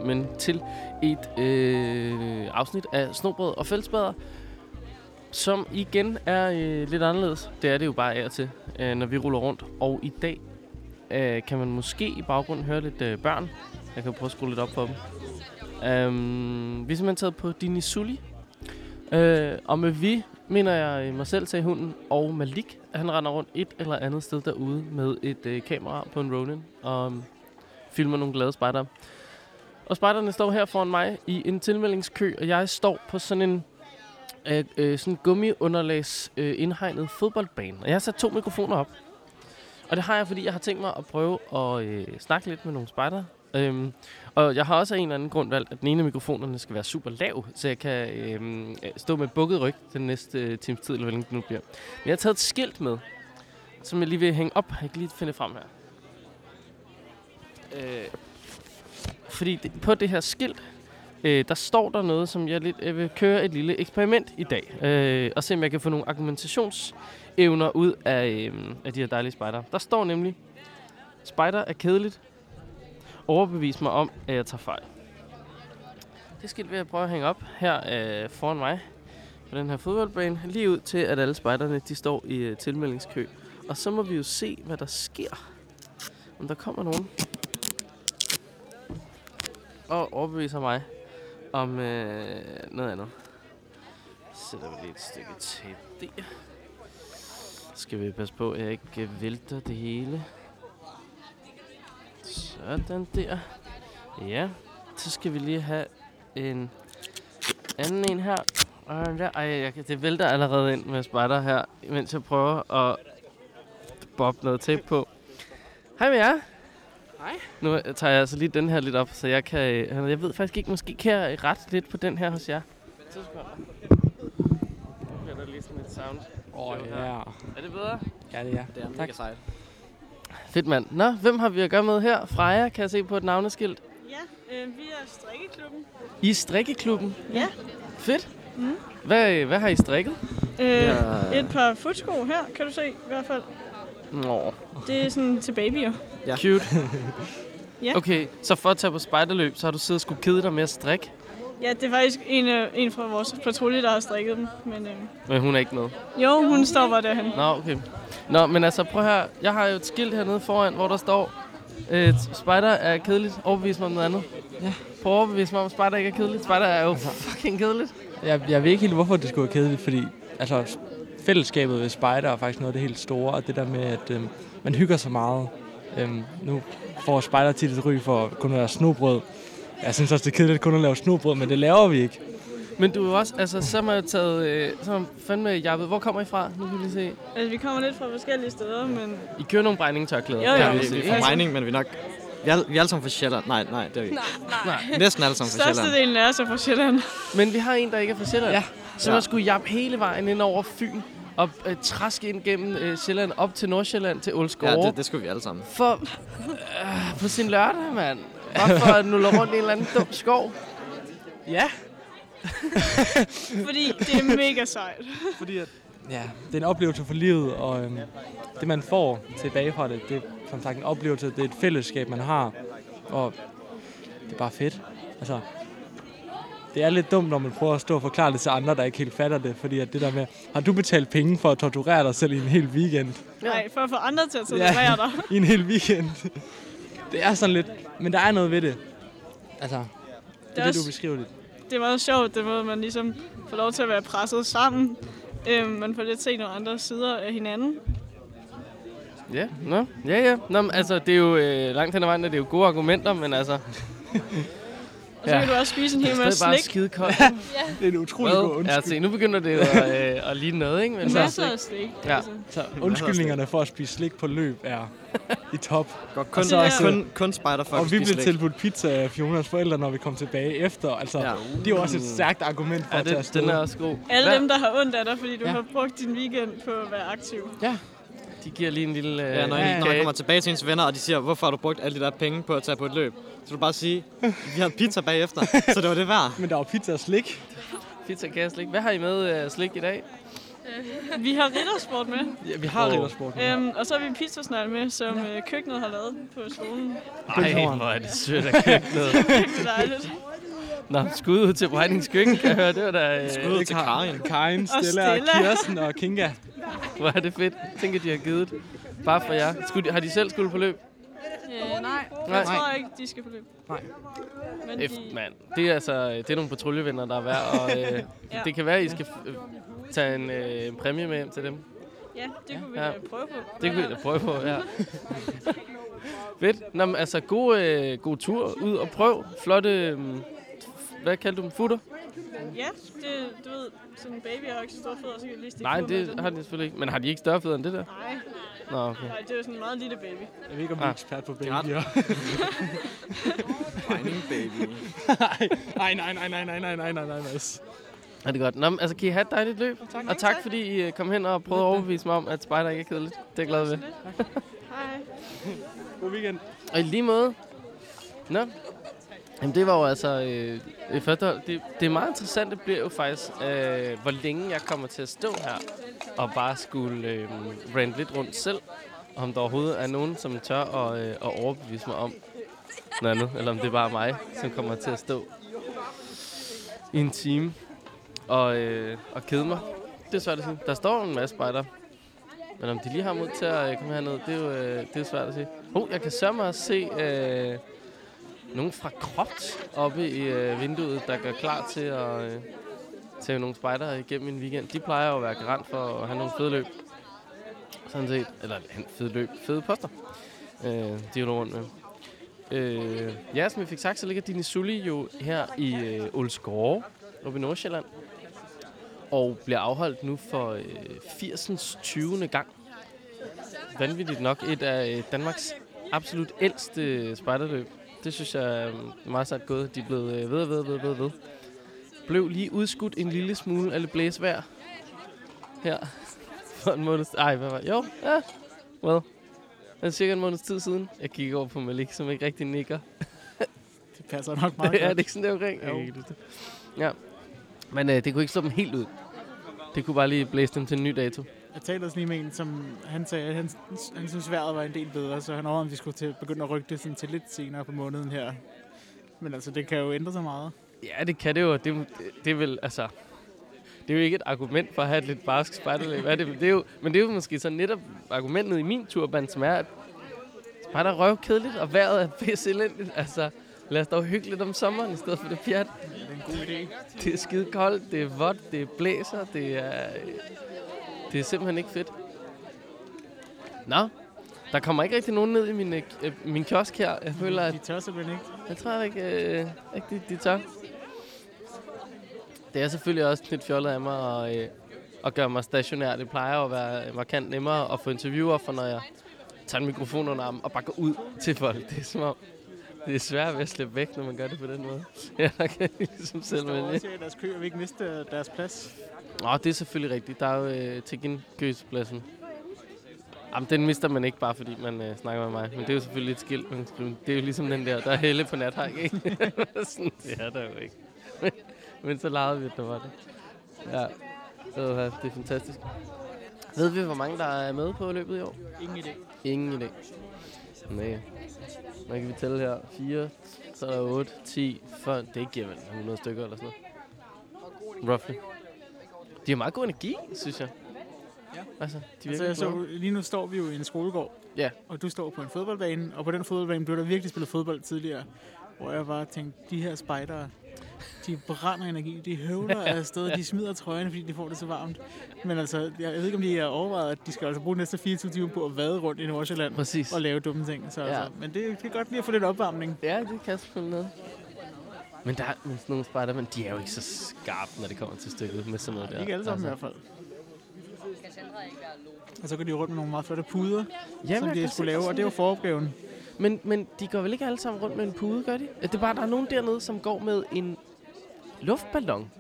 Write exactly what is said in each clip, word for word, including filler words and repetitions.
velkommen til et øh, afsnit af Snobrød og Fællesbader, som igen er øh, lidt anderledes. Det er det jo bare af og til, øh, når vi ruller rundt. Og i dag øh, kan man måske i baggrunden høre lidt øh, børn. Jeg kan prøve at skrue lidt op for dem. Um, vi er simpelthen taget på Dinizuli. Uh, og med vi mener jeg mig selv, sagde hunden, og Malik. Han render rundt et eller andet sted derude med et uh, kamera på en Ronin og um, filmer nogle glade spejdere. Og spejderne står her foran mig i en tilmeldingskø, og jeg står på sådan en uh, uh, sådan gummiunderlags uh, indhegnet fodboldbane. Og jeg har sat to mikrofoner op. Og det har jeg, fordi jeg har tænkt mig at prøve at uh, snakke lidt med nogle spejdere. Øhm, og jeg har også af en eller anden grund valgt, at den ene af mikrofonerne skal være super lav, så jeg kan øhm, stå med bukket ryg den næste øh, times tid, eller hvor længe det nu bliver. Men jeg har taget et skilt med, som jeg lige vil hænge op. Jeg kan lige finde frem her. Øh, fordi det, på det her skilt, øh, der står der noget, som jeg lidt jeg vil køre et lille eksperiment i dag. Øh, og se om jeg kan få nogle argumentationsevner ud af, øh, af de her dejlige spejder. Der står nemlig, spejder er kedeligt. Overbevise mig om, at jeg tager fejl. Det skilt vil jeg prøve at hænge op her øh, foran mig på den her fodboldbane, lige ud til, at alle spejderne de står i øh, tilmeldingskø. Og så må vi jo se, hvad der sker. Om der kommer nogen og overbeviser mig om øh, noget andet. Så sætter vi lige et stykke tape der. Skal vi passe på, at jeg ikke vælter det hele. Sådan der. Ja, så skal vi lige have en anden en her. Og der. Ej, jeg kan, det vælter allerede ind med spejder her, mens jeg prøver at bobbe noget tape på. Hej med jer. Hej. Nu tager jeg altså lige den her lidt op, så jeg kan... Jeg ved faktisk ikke, måske kan jeg rette lidt på den her hos jer. Så bliver der lige sådan et sound. Åh, oh, ja. Er det bedre? Ja, det er. Det er mega sejt. Fedt, mand. Nå, hvem har vi at gøre med her? Freja, kan jeg se på et navneskilt. Ja, øh, vi er strikkeklubben. I er strikkeklubben? Ja. Fedt. Mm. Hvad, hvad har I strikket? Øh, Ja. Et par fodsko her, kan du se i hvert fald. Nå, Det er sådan til babyer. Ja. cute. Ja. Okay, så for at tage på spejderløb, så har du siddet og skulle kede dig med at strikke. Ja, det er faktisk en, øh, en fra vores patrulje, der har strikket dem. Men, øh, Men hun er ikke med. jo, hun står bare derhen. Nå, okay. Nå, men altså prøv her. Jeg har jo et skilt hernede foran, hvor der står, øh, spejder er kedeligt. Overbevis mig om noget andet. Ja. Prøv at overbevise mig om, spejder ikke er kedeligt. Spejder er jo fucking kedeligt. Jeg, jeg ved ikke helt, hvorfor det skulle være kedeligt, fordi altså, fællesskabet ved spejder er faktisk noget af det helt store, og det der med, at øhm, man hygger så meget. Øhm, nu får spejder tit et ry for at kunne være snobrød. Jeg synes også, det er kedeligt kun at lave snobrød, men det laver vi ikke. Men du er jo også, altså, så har man jo taget, øh, så har man fandme jappet. Hvor kommer I fra? Nu kan vi lige se. Altså, vi kommer lidt fra forskellige steder, men I kører nogle brændingtørklæder. Jo, jo. kan vi Vi, se. vi er fra Mejning, men vi er nok... Vi er, vi er alle sammen fra Sjælland. Nej, nej, det er vi ikke. Nej. Næsten alle sammen fra Sjælland. størstedelen er så fra Sjælland. Men vi har en, der ikke er fra Sjælland. Ja. Så man skulle jappe hele vejen ind over Fyn og øh, traske ind gennem øh, Sjælland op til Nordsjælland til Ålsgårde. Ja, det, det skulle vi alle sammen. For øh, på sin lørdag, mand. Bare for at nulle rundt i en eller anden dum skov. Ja. Fordi det er mega sejt. Fordi at, ja, det er en oplevelse for livet, og øhm, det man får tilbage fra det, det er som sagt en oplevelse, det er et fællesskab, man har, og det er bare fedt. Altså, det er lidt dumt, når man prøver at stå og forklare det til andre, der ikke helt fatter det, fordi at det der med, har du betalt penge for at torturere dig selv i en hel weekend? Nej, for at få andre til at torturere dig. I en hel weekend. Det er sådan lidt, men der er noget ved det. Altså, det er det, også- du beskriver det. Det er meget sjovt, det måde, man ligesom får lov til at være presset sammen. Øhm, man får lidt se nogle andre sider af hinanden. Ja, nå. Ja, ja. Nå, men, altså, det er jo øh, langt hen ad vejen, og det er jo gode argumenter, men altså... Og så Ja. kan du også spise en Det hel er masse stadig bare slik. skide koldt. Det er en utrolig god Hvad? Ja, undskyldning. se, nu begynder det jo at, øh, at ligne noget, ikke? Men så, Masser af slik. Ja. Altså. Så undskyldningerne for at spise slik på løb er i top. Godt, kun, Og så også- kun, kun spejder for Og at vi spise blev slik. tilbudt pizza af Fionas forældre, når vi kom tilbage efter. Altså, Ja. det er jo også et stærkt argument for ja, at tage det, afsted. den er også god. Alle Hvad? dem, der har ondt af dig, fordi du Ja. har brugt din weekend på at være aktiv. Ja, De giver lige en lille... Øh, Ja, når, Ja, ja, ja. når man kommer tilbage til ens venner, og de siger, hvorfor har du brugt alle de der penge på at tage på et løb? Så du bare sige, vi har pizza bagefter, så det var det værd. men der var pizza og slik. Pizza, kager, slik. Hvad har I med øh, slik i dag? Vi har riddersport med, Ja, vi har Åh. riddersport. nu. øhm, og så har vi en pizzasnegl med, som øh, køkkenet har lavet på skolen. Ej, hvor er det sødt at købe noget. Det er dejligt. Nå, skud ud til Brejnings Køkken, kan jeg høre. Det var da... Øh, Skud ud til Karin. Karin, Og Stella, og Stella. Kirsten og Kinga. hvor er det fedt. Tænk, at de har givet det. Bare for jer. Skulle de, har de selv skulle på løb? Øh, nej, Nej. jeg tror ikke, de skal på løb. Nej. Men F, de, mand. Det er altså det er nogle patruljevenner, der er værd. Og, øh, Ja. det kan være, at I skal øh, tage en øh, præmie med hjem til dem. ja, det kunne vi Ja. da prøve på. Det kunne vi da prøve på, ja. Fedt. Nå, men, altså, god, øh, god tur ud og prøv. Flotte, øh, hvad kaldte du dem? Futter? Ja, det, du ved, sådan en baby har ikke så store fødder, så kan vi lige stikke Nej, fod med det den. har de selvfølgelig ikke. Men har de ikke større fødder end det der? Nej, Nå, okay. nej, det er jo sådan en meget lille baby. Jeg ved ikke, om du er Ah. ekspert på er ret- babyer. Mining baby. Nej, nej, nej, nej, nej, nej, nej, nej, nej, nej. Er det godt? Nå, men, altså, kan I have et dejligt løb? Tak. Og tak, fordi I øh, kom hen og prøvede at overbevise mig om, at spejder ikke er kedeligt. Det er jeg glad ved. Hej. God weekend. Og i lige måde. Nå. Jamen, det var jo altså øh, det første hold. Det, det er meget interessant, det bliver jo faktisk, øh, hvor længe jeg kommer til at stå her og bare skulle øh, rante lidt rundt selv. Og om der overhovedet er nogen, som tør at, øh, at overbevise mig om noget andet. Eller om det er bare mig, som kommer til at stå i en time og, øh, og kede mig. Det er svært at sige. Der står en masse spejder. Men om de lige har mod til at øh, komme herned, det er jo øh, det er svært at sige. Oh, jeg kan sørge også se øh, nogen fra Kropt oppe i øh, vinduet, der gør klar til at øh, tage nogle spejdere igennem en weekend. De plejer jo at være garant for at have nogle fede løb. Sådan set. Eller en fede løb. Fede poster. Øh, de er jo rundt med. Øh, ja, som vi fik sagt, så ligger Dini Sully jo her i øh, Ålsgårde, oppe i Nordsjælland. Og bliver afholdt nu for øh, firsens tyvende gang. Vanvittigt nok et af øh, Danmarks absolut ældste spejderløb. Det synes jeg er meget sat gået. De er blevet øh, ved, ved, ved, ved, ved. Blev lige udskudt en lille smule af lidt blæsvejr her for en måneds... Ej, hvad var det? Jo, ja, well. Det er cirka en måneds tid siden. Jeg gik over på Malik, som ikke rigtig nikker. Det passer nok meget Ja, det er godt. ikke sådan, det er omkring. Jo. Okay, det- Ja. Men øh, det kunne ikke slå dem helt ud. Det kunne bare lige blæse dem til en ny dato. Jeg talte også lige med en, som han sagde, at han, han synes vejret var en del bedre, så han overvejede, om vi skulle til, begynde at rykke det sådan til lidt senere på måneden her. Men altså, det kan jo ændre sig meget. Ja, det kan det jo. Det, det, det er vel, altså... Det er jo ikke et argument for at have et lidt barsk spejderløb. Er det, det er jo, men det er jo måske så netop argumentet i min turban, som er, at spejder er røvkedeligt, og vejret er pisse elendigt. Altså, lad os dog hygge lidt om sommeren, i stedet for det pjat. Det er en god idé. Det er skide koldt, det er vådt, det blæser, det er... Det er simpelthen ikke fedt. Nå, der kommer ikke rigtig nogen ned i min, øh, min kiosk her. Jeg føler, at... De tør simpelthen ikke. Jeg tror ikke, øh, ikke de, de tør. Det er selvfølgelig også lidt fjollet af mig at, øh, at gøre mig stationær. Det plejer at være markant nemmere at få interviewer, for når jeg tager en mikrofon under armen og bare går ud til folk. Det er som om, det er svært ved at slippe væk, når man gør det på den måde. Ja, der kan jeg ligesom selv Der er vælge. også i deres kø, og vi ikke miste deres plads. Nå, det er selvfølgelig rigtigt. Der er jo øh, til genkøbspladsen. Jamen, den mister man ikke bare, fordi man øh, snakker med mig. Men det er jo selvfølgelig et skilt, man kan skrive. Det er jo ligesom den der, der er helle på nathak, ikke? Sådan, det er der jo ikke. Men, men så legede vi, at der var det. Ja, så det er fantastisk. Ved vi, hvor mange der er med på løbet i år? Ingen idé. Ingen idé. Nej. Hvad kan vi tælle her? fire, så er der otte, ti, fyrre. Det giver vel hundrede stykker eller sådan noget. Roughly. De har meget god energi, synes jeg. Ja. Altså, de Altså, virker jeg kloge. så, lige nu står vi jo i en skolegård, Ja. og du står på en fodboldbane, og på den fodboldbane blev der virkelig spillet fodbold tidligere, hvor jeg bare tænkte, de her spejdere, de brænder energi, de høvler afsted, de smider trøjerne, fordi de får det så varmt. Men altså, jeg ved ikke, om de har overvejet, at de skal altså bruge næste fireogtyve timer på at vade rundt i Nordsjælland Præcis. og lave dumme ting. Så, Ja. altså, men det, det er godt lige at få lidt opvarmning. Ja, det kan selvfølgelig noget. Men der er men sådan nogle spejder, men de er jo ikke så skarpe, når det kommer til stykket med sådan noget der. Ikke alle sammen i hvert fald. Og så går de rundt med nogle meget flotte puder, Jamen, som jeg de kan skulle se lave, sådan og det er jo lidt. foropgaven. Men, men de går vel ikke alle sammen rundt med en pude, gør de? Det er bare, der er nogen dernede, som går med en luftballon.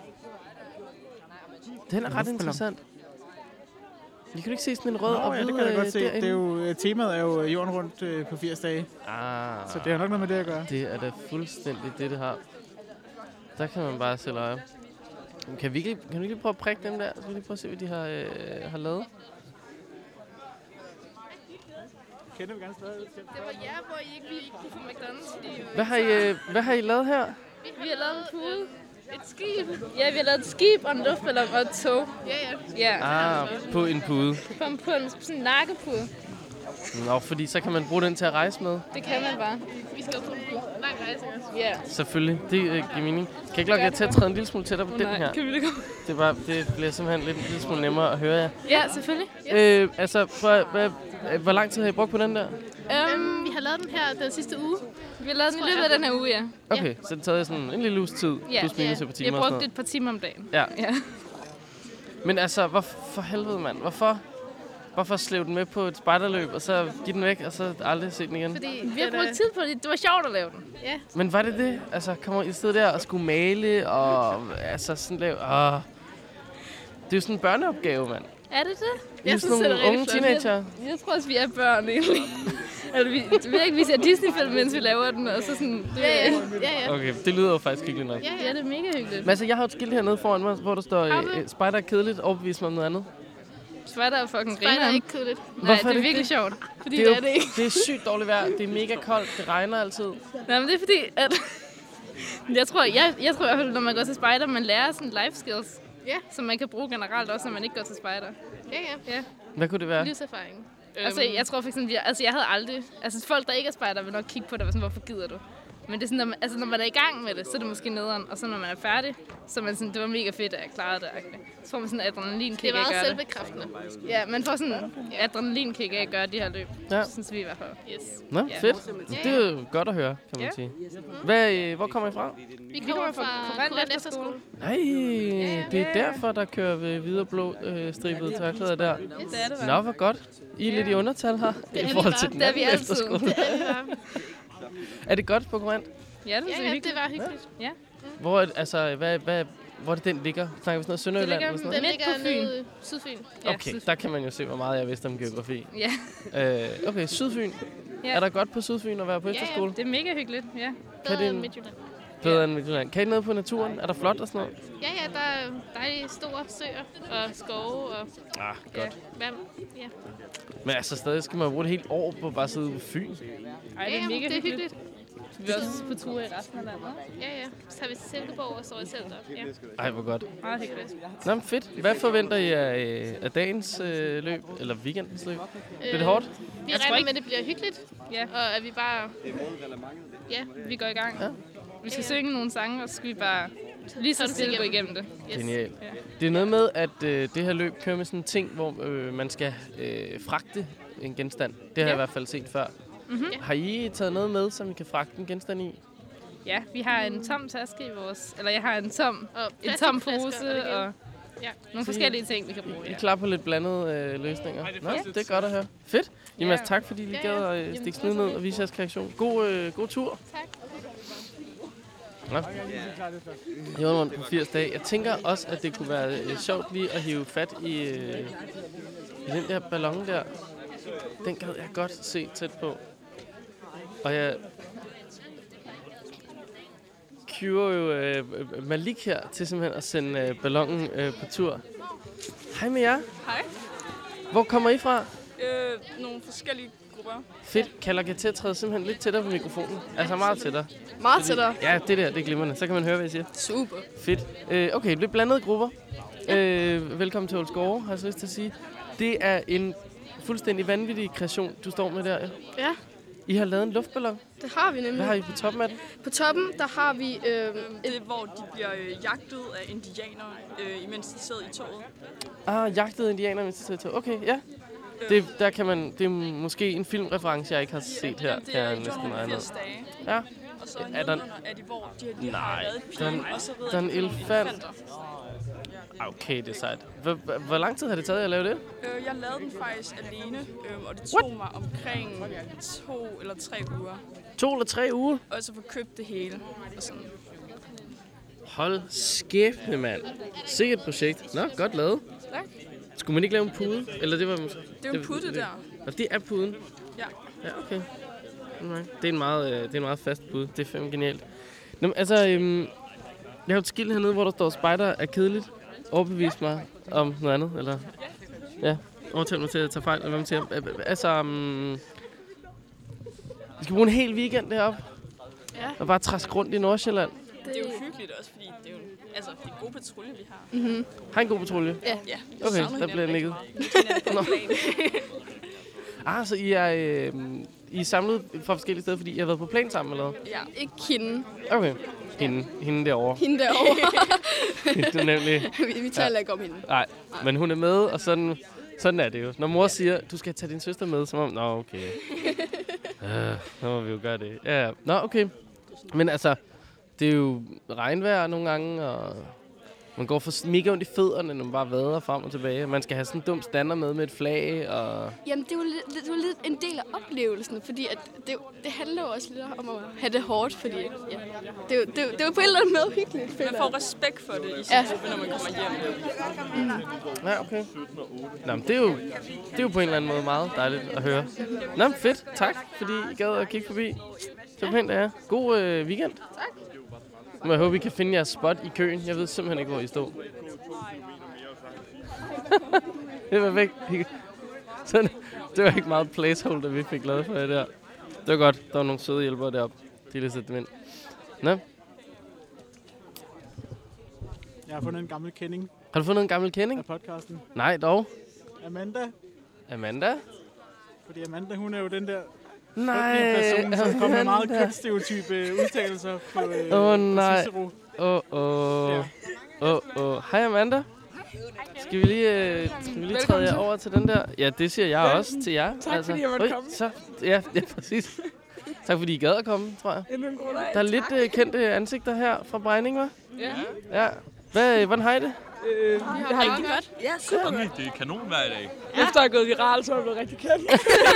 Den er ret luftballon? interessant. Jeg kan du ikke se sådan en rød Nå, og ja, hvid det kan jeg øh, godt se. derinde? Det er jo, øh, temaet er jo øh, jorden rundt øh, på firs dage, Ah, så det har nok noget med det at gøre. det er da fuldstændig det, det har. Der kan man bare se øje. Kan vi, ikke, kan vi lige prøve at prikke dem der? Så vi lige prøve at se, hvad de har, øh, har lavet. Kender vi gerne stadig? Det var jer, hvor I ikke, vi ikke kunne få McDonald's, fordi I Hvad har I, øh, hvad har I lavet her? Vi har lavet en pude. Et skib. Ja, vi har lavet et skib og en luftballon og et tog. Ja, ja. Ja, Ah, på en pude. på en, på en sådan en nakkepude. Nå, fordi så kan man bruge den til at rejse med. Det kan man bare. Vi skal jo på en lang rejse også. Ja. Selvfølgelig, det øh, giver mening. Kan jeg ikke lade jer til at træde en lille smule tættere på Oh, den nej, her? kan vi det komme? Det, er bare, det bliver simpelthen lidt, lidt smule nemmere at høre jer. Ja, selvfølgelig. Øh, altså, hvor, hvad, hvor lang tid har I brugt på den der? Um, vi har lavet den her den sidste uge. Vi har lavet den i løbet af den her uge, ja. Okay, så det tager sådan en lille uges tid, Ja. plus minus et par Vi timer har og sådan brugt noget. et par timer om dagen. Ja. Ja. Men altså, hvor for helvede, mand? Hvorfor? Hvorfor slæve den med på et spejderløb, og så give den væk, og så aldrig se den igen? Fordi Vi har brugt tid på det. Det var sjovt at lave den. Ja, Men var det det? Altså, kommer I sidde der og skulle male, og altså sådan lave... Åh. Det er jo sådan en børneopgave, mand. Er det det? I er sådan nogle unge teenager. Jeg, jeg tror også, vi er børn egentlig. altså, vi, det ved ikke, vi ser Disney-film, mens vi laver den, og så sådan... Det, ja, ja. ja, ja. Okay, det lyder jo faktisk hyggeligt nok. ja, ja, ja. det er mega hyggeligt. Men altså, jeg har et skilt hernede foran mig, hvor der står, Har du? øh, spejder er kedeligt, overbevise mig om noget andet. Spejder er fucking Spejder er grineren. ikke kedeligt. Nej, Hvorfor er det er det virkelig sjovt. Fordi Det det er, er, jo, det ikke. det er sygt dårligt vejr, det er mega koldt, det regner altid. Nej, men det er fordi, at... jeg tror, jeg, jeg tror i hvert fald, når man går til spejder, man lærer sådan life skills. Ja. Som man kan bruge generelt også, når man ikke går til spejder. Ja, ja. Ja. Hvad kunne det være? Livserfaring. Altså, jeg tror for eksempel, jeg, altså jeg havde aldrig... Altså, folk, der ikke er spejder, vil nok kigge på dig og være sådan, hvorfor gider du? Men det er sådan, når man, altså, når man er i gang med det, så er det måske nederen. Og så når man er færdig, så er man sådan, det var mega fedt, at jeg klarede det. Okay. Så får man sådan en adrenalinkick Det er af at meget gøre det. selvbekræftende. Ja, man får sådan en adrenalinkick af at gøre de her løb. Ja. Synes vi i hvert fald. Yes. Nå, Ja. fedt. Det er jo godt at høre, kan man Ja. sige. Hvad, øh, hvor kommer I fra? Vi kommer kommer fra fra Korinth Korinth Efterskole. Efterskole. Nej, det er derfor, der kører ved hvide og blå øh, stribede tørklæder der. Det er det, Nå, hvor godt. I er lidt i undertal her, er i vi forhold bare. til den Det er vi anden altid. efterskole. Er det godt på Korinth? Ja, det er Ja, så ja, hyggeligt. det var hyggeligt. Ja. Hvor, er- altså, hvad, hvad, hvor er det, den ligger? Snakker vi sådan noget Sønderjylland? ligger eller sådan Den noget? Midt ligger på Fyn. nede i Sydfyn. Ja, Okay, Sydfyn. der kan man jo se, hvor meget jeg vidste om geografi. Ja. Øh, okay, Sydfyn. Ja. Er der godt på Sydfyn at være på Ja, ja. efterskole? Det er mega hyggeligt, ja. Kan Bedre det end en- Midtjylland. Bedre end Midtjylland. Kan I noget på naturen? Er der flot og sådan noget? Ja, ja, der er dejlige store søer og skove og Ah, ja, godt. vand. Ja, Men altså, stadig skal man bruge et helt år på bare at sidde på Fyn. Ej, ja, det er ja, mega det er hyggeligt. hyggeligt. Vi er også på ture i resten af landet. Ja, ja. Så tager vi til Silkeborg og står i telter. Ja, Ej, hvor godt. Meget hyggeligt. Nå, men fedt. Hvad forventer I af, øh, af dagens øh, løb? Eller weekendens løb? Bliver det Øh, hårdt? Vi Jeg tror regner ikke- med, at det bliver hyggeligt. Ja, Og at vi bare... Ja, vi går i gang. Ja. Vi skal Ja. synge nogle sange, og så skal vi bare lige så Sådan stille gå igennem. igennem det. yes. Genialt. Ja. Det er noget med, at øh, det her løb kører med sådan en ting, hvor øh, man skal øh, fragte en genstand. Det har jeg Ja. i hvert fald set før. Mhm. Har I taget noget med, som I kan fragte en genstand i? Ja, vi har en tom taske i vores... Eller jeg har en tom, Og en tom plastikflasker pose det hele. og Ja. nogle forskellige ting, vi kan bruge. I Ja. er klar på lidt blandede øh, løsninger? Nå, det er godt at høre. Fedt. Jamen, Ja. altså, tak fordi I lige Ja, gad ja. at øh, stikke snuden ned og vise jeres reaktion. God, øh, god tur. Tak. Nå. Jeg var på firs dage. Jeg tænker også, at det kunne være øh, sjovt lige at hive fat i, øh, i den der ballon der. Den gad jeg godt se tæt på. Og jeg cuer jo øh, Malik her til simpelthen at sende øh, ballonen øh, på tur. Hej med jer. Hej. Hvor kommer I fra? Øh, nogle forskellige grupper. Fedt. Kan jeg til at træde simpelthen lidt tættere på mikrofonen? Altså meget tættere. Meget tættere. Ja, det der, det er glimrende. Så kan man høre, hvad jeg siger. Super. Fedt. Øh, okay, det bliver blandede grupper. Øh, velkommen til Olsgårde, har jeg så lyst til at sige. Det er en fuldstændig vanvittig kreation, du står med der. Ja, I har lavet en luftballon. det har vi nemlig. Hvad har I på toppen af den? På toppen, der har vi... Øh, Det er, hvor de bliver øh, jagtet af indianere, øh, imens de sidder i toget. Ah, jagtede indianer, mens de sidder i tog. Okay, ja. Det, der kan man, det er måske en filmreference, jeg ikke har set her. Jamen, det Kan er jeg i næsten regne ud. toogfirs dage. Ja. Og så Er der- nedenunder er de, hvor de, de har Nej, lavet et der er en- pile, og så rider der er de en på nogle elefant. elefanter. Ah, okay, det er sejt. Hvor, hvor- hvor lang tid har det taget jer at lave det? Øh, jeg lavede den faktisk alene, øh, og det tog mig omkring to eller tre uger. To eller tre uger? Og så få købt det hele. Og sådan. Hold skæbne, mand. Sikkert projekt. Nå, godt lavet. Tak. Skulle man ikke lave en pude? Eller det var måske... Det er jo en putte der. Og det er puden? Ja. Ja, okay. Alright. Det er en meget, øh, det er en meget fast pude. Det er fandme genialt. Nå, men altså, øhm, Jeg har et skilt hernede, hvor der står, spejder er kedeligt. Overbevis mig om noget andet, eller... Ja, overtal mig til at tage fejl, eller hvad man siger. Altså, um, vi skal bruge en hel weekend deroppe. Ja. Og bare træske rundt i Nordsjælland. Det er jo hyggeligt også, fordi det er jo altså, det er en god patrulje, vi har. Mm-hmm. Har en god patrulje? Ja. ja. Okay, der bliver nikket. Ah, så I er, øh, I er samlet fra forskellige steder, fordi I har været på plan sammen, eller hvad? Ja, ikke hende. Okay. Hende, hende derovre. Hende derovre. Det er nemlig... vi, vi taler ja. ikke om hende. Nej, men hun er med, og sådan, sådan er det jo. Når mor ja. siger, du skal tage din søster med, så må man... Nå, okay. uh, så må vi jo gøre det. Ja, ja. Nå, okay. Men altså, det er jo regnvejr nogle gange, og man går for mega ondt i fødderne, når man bare vader frem og tilbage. Man skal have sådan en dum stander med med et flag, og... Jamen, det er jo lidt, det er jo lidt en del af oplevelsen, fordi at det, det handler jo også lidt om at have det hårdt, fordi ja, det, er jo, det, er jo, det er jo på en eller anden måde hyggeligt. Man får respekt for det i sin ja. gruppe, når man kommer hjem. Mm. Ja, okay. Nå, men det er, jo, det er jo på en eller anden måde meget dejligt at høre. Nå, men fedt. Tak, fordi I gad at kigge forbi. Så pænt er jeg. God øh, weekend. Tak. Men jeg håber, vi kan finde jeres spot i køen. Jeg ved simpelthen ikke, hvor I står. Det var væk. Sådan, det var ikke meget placeholder, vi fik lavet for jer der. Det var godt. Der var nogle søde hjælpere deroppe. De ville sætte dem ind. Nå. Jeg har fundet en gammel kending. Har du fundet en gammel kending? Af podcasten. Nej, dog. Amanda. Amanda? Fordi Amanda, hun er jo den der... Nej, person, som kommer med meget kønsstereotype udtalelser på øh, Åh oh, nej. Cicero. Åh, åh. Åh, åh. Hej Amanda. Skal vi lige, øh, skal vi lige træde jer over til den der? Ja, det siger jeg også til jer. Tak altså. Fordi jeg måtte komme. Så, ja, ja, præcis. Tak fordi I gad at komme, tror jeg. Endnu en god dag. Der er lidt øh, kendte ansigter her fra Brejning, hva'? Ja. Ja. Hvad, hvordan har I det? Øh, jeg har rigtig godt. Ja, super godt. Det er kanon hver dag. Ja. Efter at have gået viralt, så er jeg blevet rigtig kendt.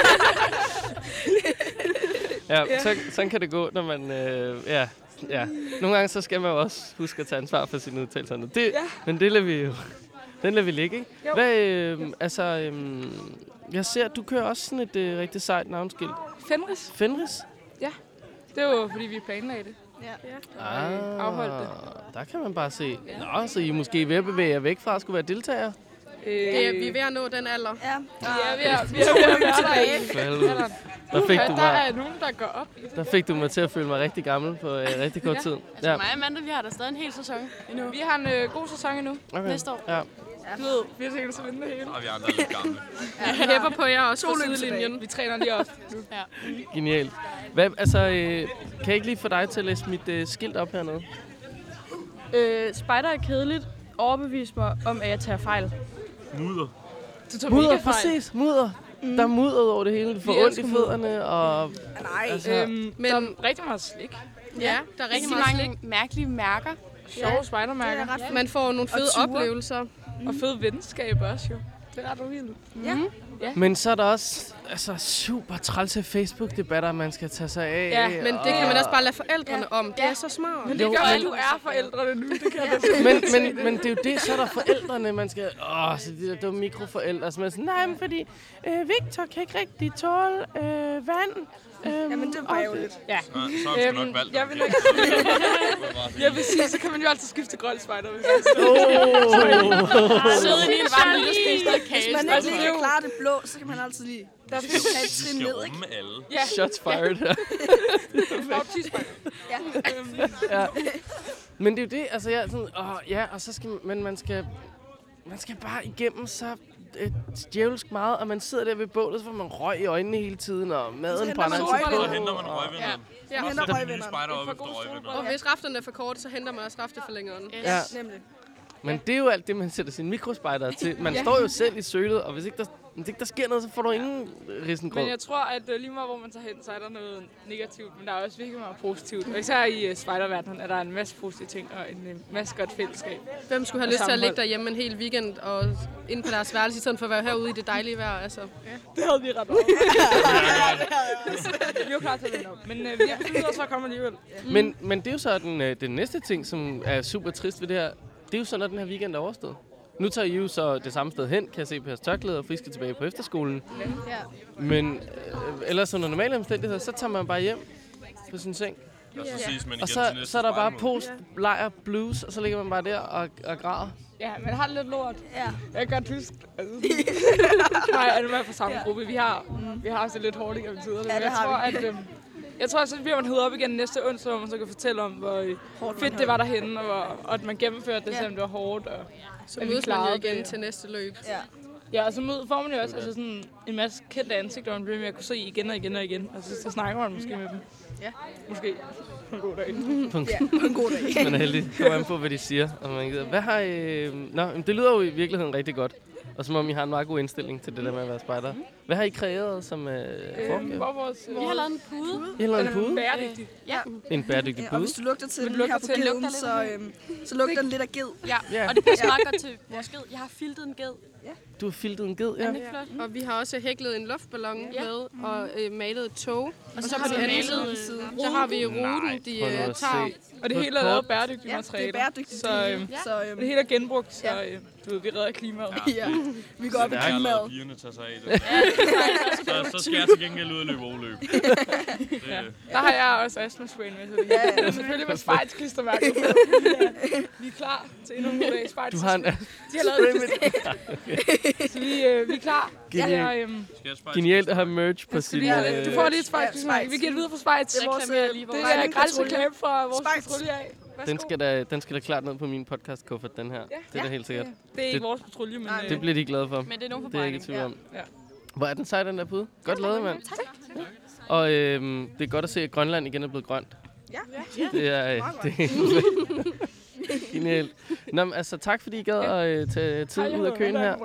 Ja, ja. Så, sådan kan det gå, når man... Øh, ja, ja. Nogle gange så skal man jo også huske at tage ansvar for sine udtalelser. Det, ja. Men det lader vi jo... Den lader vi ligge, ikke? Jo. Hvad, øh, altså... Øh, jeg ser, at du kører også sådan et øh, rigtig sejt navnskilt. Fenris. Fenris? Ja. Det var fordi, vi planlagde det. Ja. Ah, afholdt det. Der kan man bare se. Ja. Nå, så I er måske ved at bevæge jer væk fra at skulle være deltagere? Øh, det er, vi er ved at nå den alder. Ja, ja vi er, vi er ved at være tilbage. Der fik du der mig, er nogen, der går op. Der fik du mig til at føle mig rigtig gammel på øh, rigtig kort ja. tid. Altså ja. mig og Amanda, vi har da stadig en hel sæson endnu. Vi har en øh, god sæson endnu okay. næste år. Ja. Du ved, vi har tænkt os at vinde det hele. Og vi andre er lidt gamle. Ja, vi hæpper på jer også på sidelinjen. Vi træner lige op nu. Ja. Genialt. Hvad, altså, øh, kan jeg ikke lige få dig til at læse mit øh, skilt op hernede? Øh, spejder er kedeligt. Overbevis mig om, at jeg tager fejl. Mudder. Du tager mudder, mega fejl. Præcis. Mudder. Mm. Der er mudder over det hele. Du får ondt i fødderne. Og, nej, altså, øhm, men der er rigtig meget slik. Ja, der er rigtig meget slik. Mærkelige mærker. Sjove ja. spejdermærker. Ja. Man får nogle fede oplevelser. Mm. Og fede venskaber også, jo. Det er ret uvildt. Mm. Ja. ja. Men så er der også altså, super trælse Facebook-debatter, man skal tage sig af. Ja, men det kan man også bare lade forældrene ja. om. Det er så smart. Men det gør, at du er forældrene nu. Det kan jeg men, men, men det er jo det, så er der forældrene, man skal... Åh, så de der dumme mikroforældre, som er sådan, nej, men fordi øh, Victor kan ikke rigtig tåle øh, vand. Øhm, Jamen, det var jo lidt. Ja. Så, så har vi øhm, nok valgt. Jeg vil, nok... jeg vil sige, så kan man jo altid skifte grøn spejder. Hvis man sidder i en varm lille spist og kage. Hvis man ikke kan klare det blå, så kan man altid lige tage et trin ned, ikke? Vi skal alle. Ja. Shots fired. Ja. Men det er jo det, altså jeg sådan, åh, ja, og så skal man, man skal, man skal bare igennem så et djævelsk meget, og man sidder der ved bålet, så får man røg i øjnene hele tiden, og maden brænder altid på. Så henter man røgvinderen. Ja, og så sætter den nye spejder op efter røgvinderen. Og hvis rafterne er for korte, så henter man også rafteforlængeren. Yes. Ja, nemlig. Men det er jo alt det, man sætter sine mikrospejdere til. Man ja. står jo selv i sølet, og hvis ikke der, hvis ikke der sker noget, så får du ingen risengrød. Men jeg tror, at uh, lige meget hvor man tager hen, så er der noget negativt, men der er også virkelig meget positivt. Og især i uh, spejderverdenen er der en masse positive ting og en uh, masse godt fællesskab. Hvem skulle have lyst til at ligge derhjemme en hel weekend og inde på deres værelse, i stedet for at være herude i det dejlige vejr? Altså. Ja. Det havde vi ret over. Vi er jo klar til at vende op, men uh, vi har besluttet os for at komme alligevel. Mm. Men, men det er jo så den, uh, den næste ting, som er super trist ved det her. Det er jo så, når den her weekend er overstået. Nu tager I jo så det samme sted hen, kan jeg se på jeres tørklæder, for I skal tilbage på efterskolen. Ja. Men øh, ellers under normale omstændigheder, så tager man bare hjem på sin seng. Og så ses man igen Og til så, næste så er der bare spejdermøde. post, lejr, blues, og så ligger man bare der og, og græder. Ja, men har det lidt lort. Ja. Jeg kan godt huske, altså, nej, er det med fra samme gruppe. Vi har, mm. vi har også det lidt hårdt igennem tiderne. Ja, Men det jeg har tror, vi. at, øhm, jeg tror, så bliver man heddet op igen næste onsdag, hvor man så kan fortælle om, hvor øh, fedt det var derhenne, og, hvor, og at man gennemførte det, Ja. selvom det var hårdt. Og, Så at vi mødes man jo klarede igen det. til næste løb. Ja. Ja, og så mød, får man jo også altså sådan en masse kendte ansigter, man bliver med at kunne se igen og igen og igen. Og så, så snakker man måske med dem. Ja. Måske på en god dag. På en, Ja, på en god dag. man er heldig. Kommer an på, hvad de siger. Og man gider. Hvad har I... Nå, men det lyder jo i virkeligheden rigtig godt. Og som om I har en meget god indstilling til det der med at være spejder. Hvad har I kreeret som øh, Øhm, hvor vores, Vi har lavet en pude. I har lavet en Den er pude? bæredygtig. Ja. En bæredygtig Ja, og pude? hvis du lugter til Men den lugter her på til- geden, lugter så, øhm, så lugter den lidt af ged. Ja, Ja. og det passer meget godt til vores ged. Jeg har filtet en ged. Du har filtet en ged, ja. Er det ikke flot? Og vi har også hæklet en luftballon Ja. med og øh, malet et tog. Og, Og så, så på har den vi anden malet, side, øh, så har vi Nej, ruten, de prøv nu øh, at tager. se. Og det På hele er kort- lavet bæredygtige Ja, det er materialer. bæredygtigt. Så, øhm, Ja. Så, øhm, det hele er genbrugt, så Ja. øh, du ved, vi redder klimaet. ja, vi går op i Jeg har lavet klimaet. pigerne tage sig af det. så, så skal jeg til gengæld ud og løbe overløb. Det, Ja. Der har jeg også astma-sprayen med. Så det Ja, ja. er selvfølgelig med Schweiz klistermærket på. Vi er klar til endnu en god dag. Schweiz. Du har en... De har lavet det. Så vi, øh, vi er klar. Genialt. Ja, øhm, skal jeg spejle- Genialt at have merch på skal sin... lige have, øh, du får lige et Schweiz Ja, klistermærke. Schweiz. Vi giver det videre fra Schweiz. Det er vores, reklamerer øh, lige Det vores er regningpatrulje. grænseklap fra vores Schweiz. patrulje af. Værsgo. Den skal, da, den skal da klart ned på min podcast-kuffert, den her. Det er da helt sikkert. Det er ikke Det- vores patrulje, men... Nej, øh, Det bliver de glade for. Men det er nogen Det er jeg ikke i forbrænding. tvivl om. Ja. Hvor er den sej, den der pude? Godt lavet, mand. Og øhm, det er godt at se, at Grønland igen er blevet grønt. Ja. Det er, øh, det er genialt. Nå, men altså, tak fordi I gad at øh, tage tid ud af køen her.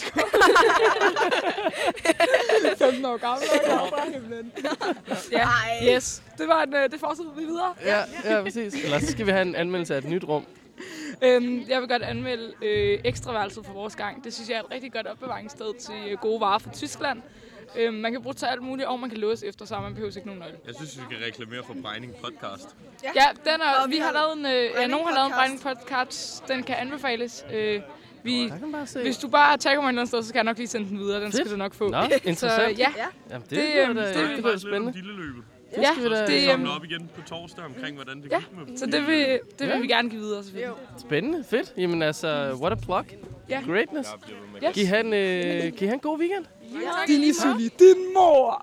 femten år gammel, og jeg fra himlen. Ja, yes. Det var en, øh, det fortsætter vi videre. Ja, ja, præcis. Eller så skal vi have en anmeldelse af et nyt rum. Øhm, jeg vil godt anmelde øh, ekstraværelset for vores gang. Det synes jeg er et rigtig godt opbevaringssted til øh, gode varer fra Tyskland. Øhm, man kan bruge til alt muligt, og man kan låse efter, så man behøver ikke nogen nøgle. Jeg synes, vi kan reklamere for Brejning Podcast. Ja, den er, Og vi vi har har lavet en, øh, ja, nogen har lavet en Brejning Brejning Podcast. Den kan anbefales. Øh, vi, Der kan man bare se. hvis du bare tagger mig et eller andet sted, så kan jeg nok lige sende den videre. Den Fedt. skal du nok få. Nå, interessant. Så ja, Ja. Jamen, det, Det, det, det, øhm, det, det- det, det, det er spændende. Lilleløbet. ja, skal vi da- Så det, vi øhm, samler op igen på torsdag omkring, hvordan det Ja. gik med så det vil, det vil Ja. vi gerne give videre, selvfølgelig. Spændende, fedt. Jamen altså, what a plug. Ja. Greatness. Jeg bliver ved med Yes. Giv han, øh, kan I have en god weekend? Din isolé, din mor!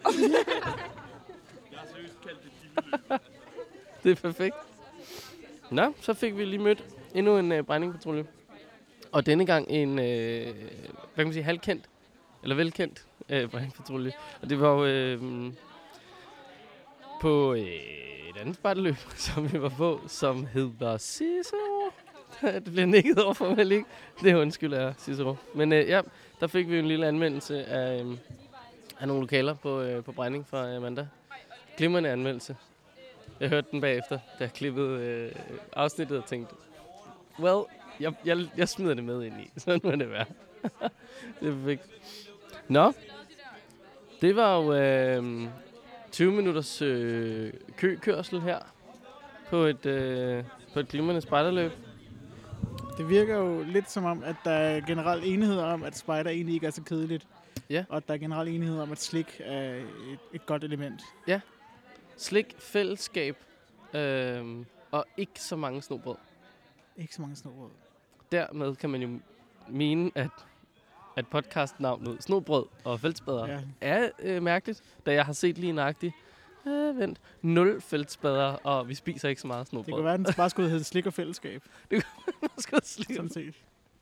Det er perfekt. Nå, så fik vi lige mødt endnu en øh, brændingpatrulje. Og denne gang en, øh, hvad kan man sige, halvkendt, eller velkendt øh, brændingpatrulje. Og det var jo øh, på øh, et andet spejderløb, som vi var på, som hedder Cicero. Det bliver nikket over for mig ikke. Det undskylder jeg, Cicero. Men øh, ja, der fik vi en lille anmeldelse af, øh, af nogle lokaler på, øh, på brænding fra Amanda. Glimrende anmeldelse. Jeg hørte den bagefter, da jeg klippede øh, afsnittet og tænkte, well, jeg, jeg, jeg smider det med ind i. Sådan må det være. Det er perfekt. Nå, det var jo øh, tyve minutters øh, køkørsel her på et, øh, på et glimrende spejderløb. Det virker jo lidt som om, at der er generel enighed om, at spejder egentlig ikke er så kedeligt. Ja. Og at der er generel enighed om, at slik er et, et godt element. Ja, slik, fællesskab øh, og ikke så mange snobrød. Ikke så mange snobrød. Dermed kan man jo mene, at, at podcastnavnet Snobrød og Feltspader Ja. er øh, mærkeligt, da jeg har set lige nøjagtigt, øh, vent, nul feltspader, og vi spiser ikke så meget snobrød. Det kunne være, at den bare skulle hedde slik og fællesskab. Det kunne være, skulle slik Sådan set.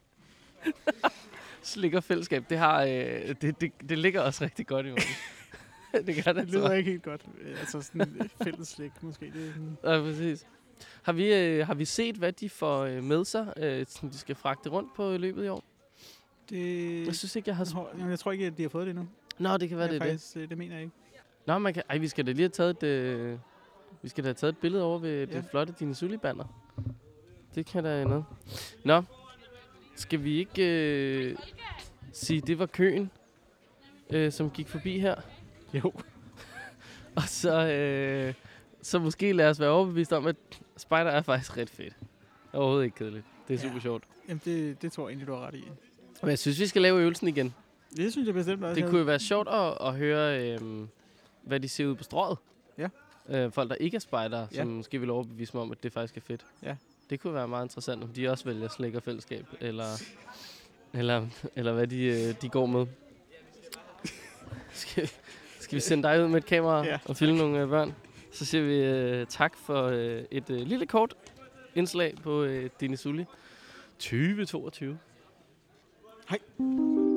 Slik og fællesskab, det, har, øh, det, det, det ligger også rigtig godt i munden. Det gør det. Det lyder ikke helt godt. Altså sådan fælles slik, måske. Det er sådan... Ja, præcis. Har vi, øh, har vi set, hvad de får øh, med sig, øh, som de skal fragte rundt på løbet i år? Det... Jeg synes ikke, jeg har... Jeg, tror, jeg tror ikke, at de har fået det endnu. Nå, det kan være, det det er faktisk, det. Det mener jeg ikke. Nå, man kan... Ej, vi skal da lige have taget et... Øh, vi skal da have taget et billede over ved ja. Ja. det flotte Dine Sully-banner. Det kan der noget. Nå, skal vi ikke øh, sige, det var køen, øh, som gik forbi her? Jo. Og så, øh, så måske lad os være overbevist om, at spejder er faktisk ret fedt. Overhovedet ikke kedeligt. Det er super Ja. sjovt. Jamen, det, det tror jeg egentlig, du har ret i. Men jeg synes, vi skal lave øvelsen igen. Det synes jeg bestemt også. Det kunne jo være sjovt at, at høre, øh, hvad de ser ud på strøget. Ja. Øh, folk, der ikke er spejdere, Ja. som måske vil overbevise mig om, at det faktisk er fedt. Ja. Det kunne være meget interessant, om de også vælger slik og fællesskab, eller, eller, eller hvad de, øh, de går med. Skal, skal vi sende dig ud med et kamera Ja. og filme nogle øh, børn? Så siger vi øh, tak for øh, et øh, lille kort indslag på øh, Dini Sully tyve toogtyve. Hej.